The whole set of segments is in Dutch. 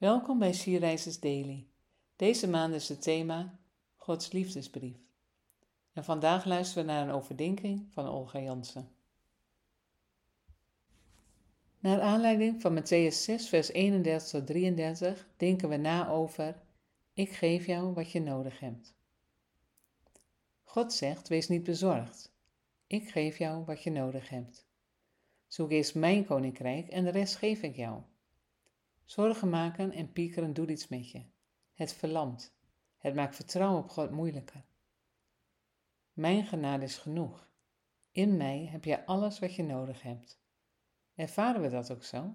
Welkom bij She-Rises Daily. Deze maand is het thema Gods liefdesbrief. En vandaag luisteren we naar een overdenking van Olga Jansen. Naar aanleiding van Mattheüs 6 vers 31 tot 33 denken we na over: ik geef jou wat je nodig hebt. God zegt, wees niet bezorgd. Ik geef jou wat je nodig hebt. Zoek eerst mijn koninkrijk en de rest geef ik jou. Zorgen maken en piekeren doet iets met je. Het verlamt. Het maakt vertrouwen op God moeilijker. Mijn genade is genoeg. In mij heb je alles wat je nodig hebt. Ervaren we dat ook zo?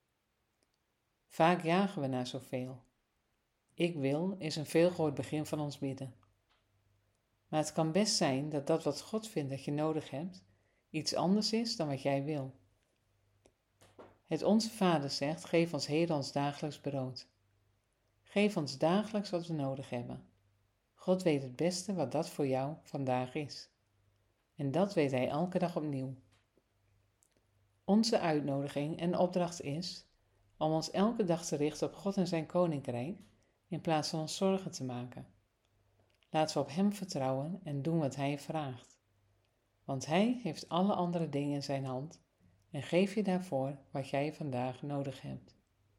Vaak jagen we naar zoveel. Ik wil is een veelgehoord begin van ons bidden. Maar het kan best zijn dat dat wat God vindt dat je nodig hebt, iets anders is dan wat jij wil. Het Onze Vader zegt, geef ons heden ons dagelijks brood. Geef ons dagelijks wat we nodig hebben. God weet het beste wat dat voor jou vandaag is. En dat weet Hij elke dag opnieuw. Onze uitnodiging en opdracht is om ons elke dag te richten op God en zijn koninkrijk, in plaats van ons zorgen te maken. Laten we op Hem vertrouwen en doen wat Hij vraagt. Want Hij heeft alle andere dingen in zijn hand en geeft je daarvoor wat jij vandaag nodig hebt.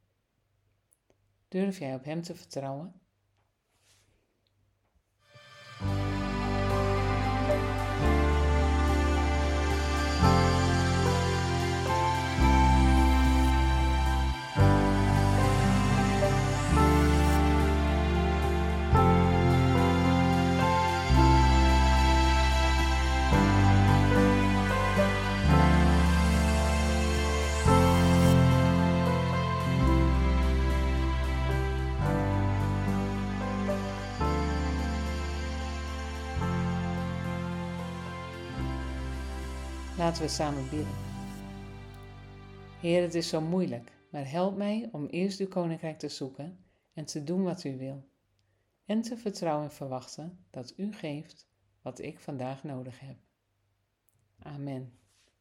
Durf jij op Hem te vertrouwen? Laten we samen bidden. Heer, het is zo moeilijk, maar help mij om eerst uw koninkrijk te zoeken en te doen wat u wil. En te vertrouwen en verwachten dat u geeft wat ik vandaag nodig heb. Amen.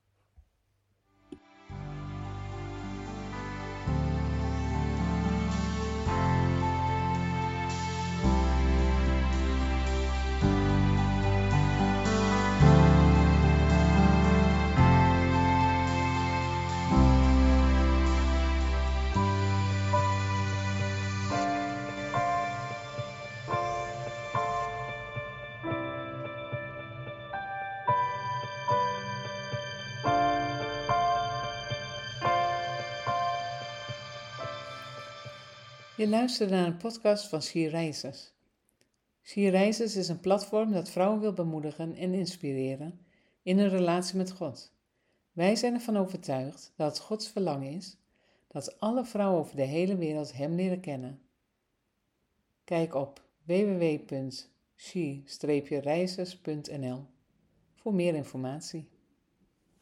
Je luistert naar een podcast van She-Rises. She-Rises is een platform dat vrouwen wil bemoedigen en inspireren in hun relatie met God. Wij zijn ervan overtuigd dat het Gods verlangen is dat alle vrouwen over de hele wereld Hem leren kennen. Kijk op www.she-rises.nl voor meer informatie.